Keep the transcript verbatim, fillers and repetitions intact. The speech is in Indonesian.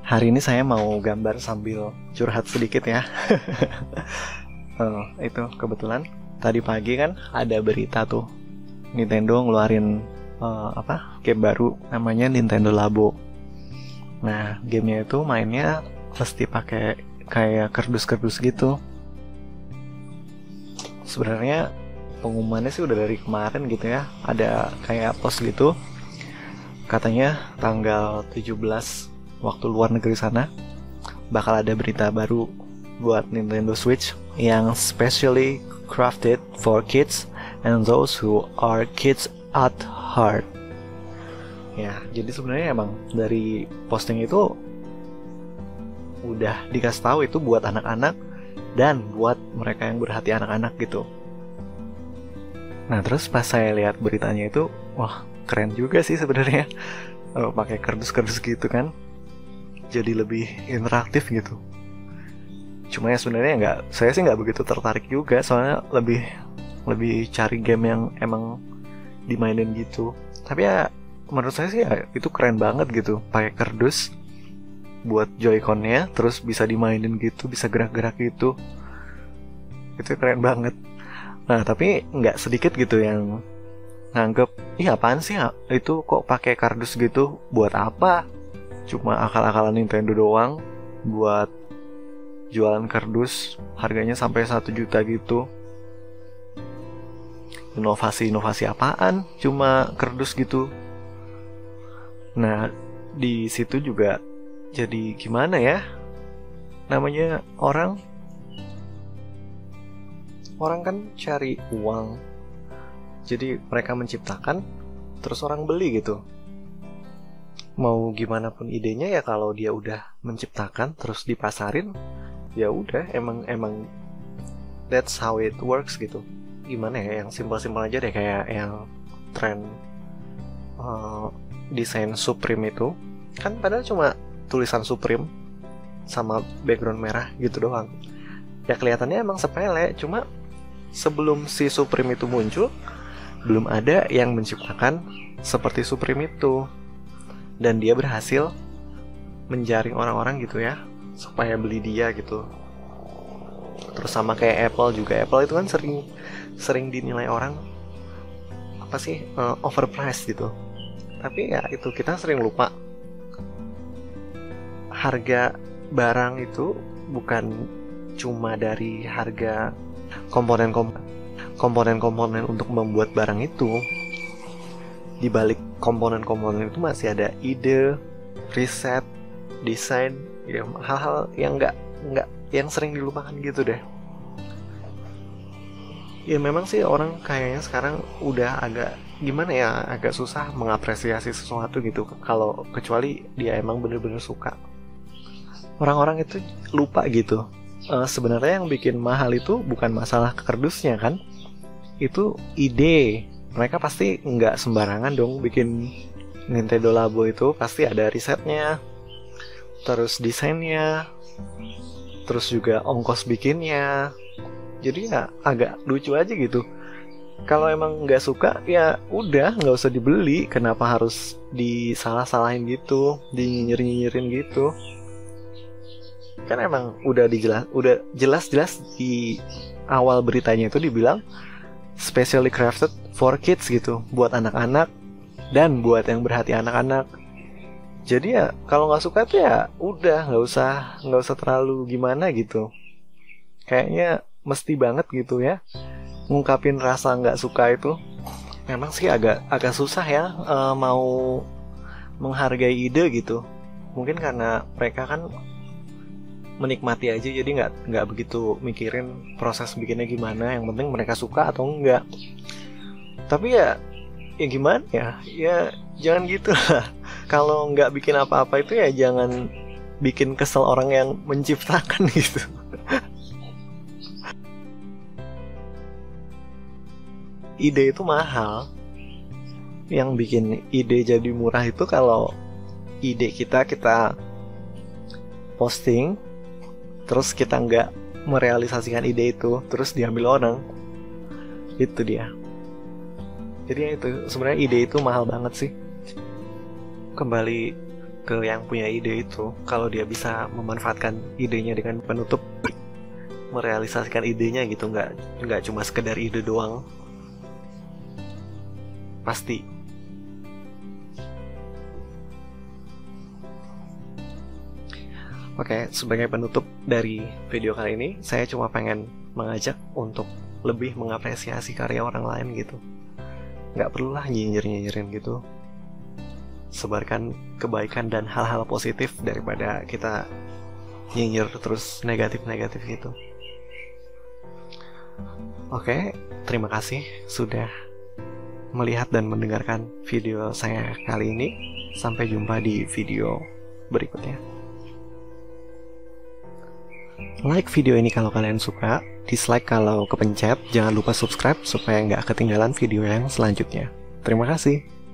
Hari ini saya mau gambar sambil curhat sedikit ya. Oh, itu kebetulan tadi pagi kan ada berita tuh Nintendo ngeluarin eh, apa game baru namanya Nintendo Labo. Nah, gamenya itu mainnya mesti pakai kayak kardus-kardus gitu. Sebenarnya pengumumannya sih udah dari kemarin gitu ya. Ada kayak post gitu. Katanya tanggal tujuh belas waktu luar negeri sana bakal ada berita baru buat Nintendo Switch yang specially crafted for kids and those who are kids at heart. Ya, jadi sebenarnya emang dari posting itu udah dikasih tahu itu buat anak-anak dan buat mereka yang berhati anak-anak gitu. Nah, terus pas saya lihat beritanya itu, wah, keren juga sih sebenarnya. Oh, pakai kardus-kardus gitu kan. Jadi lebih interaktif gitu. Cuma ya sebenarnya nggak, saya sih nggak begitu tertarik juga, soalnya lebih lebih cari game yang emang dimainin gitu. Tapi ya menurut saya sih ya, itu keren banget gitu, pakai kardus buat Joy-Con-nya, terus bisa dimainin gitu, bisa gerak-gerak gitu. Itu keren banget. Nah tapi nggak sedikit gitu yang nganggep, ih apaan sih itu kok pakai kardus gitu, buat apa? Cuma akal-akalan Nintendo doang buat jualan kardus harganya sampai satu juta gitu. Inovasi-inovasi apaan cuma kardus gitu. Nah, di situ juga jadi gimana ya? Namanya orang orang kan cari uang. Jadi mereka menciptakan terus orang beli gitu. Mau gimana pun idenya ya, kalau dia udah menciptakan terus dipasarin, ya udah emang emang that's how it works gitu. Gimana ya, yang simpel-simpel aja deh, kayak yang tren uh, desain Supreme itu kan padahal cuma tulisan Supreme sama background merah gitu doang. Ya kelihatannya emang sepele, cuma sebelum si Supreme itu muncul belum ada yang menciptakan seperti Supreme itu. Dan dia berhasil menjaring orang-orang gitu ya, supaya beli dia gitu. Terus sama kayak Apple juga, Apple itu kan sering sering dinilai orang apa sih, uh, overpriced gitu. Tapi ya itu, kita sering lupa harga barang itu bukan cuma dari harga komponen-komponen komponen-komponen untuk membuat barang itu. Di balik komponen-komponen itu masih ada ide, riset, desain, ya hal-hal yang nggak nggak yang sering dilupakan gitu deh. Ya memang sih orang kayaknya sekarang udah agak gimana ya, agak susah mengapresiasi sesuatu gitu kalau kecuali dia emang bener-bener suka. Orang-orang itu lupa gitu. Uh, sebenarnya yang bikin mahal itu bukan masalah kardusnya kan, itu ide. Mereka pasti nggak sembarangan dong bikin Nintendo Labo itu, pasti ada risetnya, terus desainnya, terus juga ongkos bikinnya. Jadi ya agak lucu aja gitu. Kalau emang nggak suka ya udah nggak usah dibeli. Kenapa harus disalah-salahin gitu, dinyinyirin gitu? Kan emang udah dijelas, udah jelas-jelas di awal beritanya itu dibilang specially crafted for kids gitu, buat anak-anak dan buat yang berhati anak-anak. Jadi ya kalau nggak suka tuh ya udah nggak usah nggak usah terlalu gimana gitu. Kayaknya mesti banget gitu ya ngungkapin rasa nggak suka itu. Memang sih agak agak susah ya, uh, mau menghargai ide gitu. Mungkin karena mereka kan menikmati aja, jadi nggak nggak begitu mikirin proses bikinnya gimana. Yang penting mereka suka atau enggak. Tapi ya ya gimana ya, ya jangan gitu lah. Kalau nggak bikin apa-apa itu ya jangan bikin kesel orang yang menciptakan gitu. Ide itu mahal. Yang bikin ide jadi murah itu kalau ide kita kita posting, terus kita nggak merealisasikan ide itu, terus diambil orang. Itu dia. Jadi ya itu, sebenarnya ide itu mahal banget sih. Kembali ke yang punya ide itu, kalau dia bisa memanfaatkan idenya dengan penutup, merealisasikan idenya gitu, nggak nggak cuma sekedar ide doang, pasti. Oke, sebagai penutup dari video kali ini, saya cuma pengen mengajak untuk lebih mengapresiasi karya orang lain gitu. Nggak perlulah nyinyir-nyinyirin gitu. Sebarkan kebaikan dan hal-hal positif daripada kita nyinyir terus negatif-negatif gitu. Oke, terima kasih sudah melihat dan mendengarkan video saya kali ini. Sampai jumpa di video berikutnya. Like video ini kalau kalian suka, dislike kalau kepencet, jangan lupa subscribe supaya nggak ketinggalan video yang selanjutnya. Terima kasih.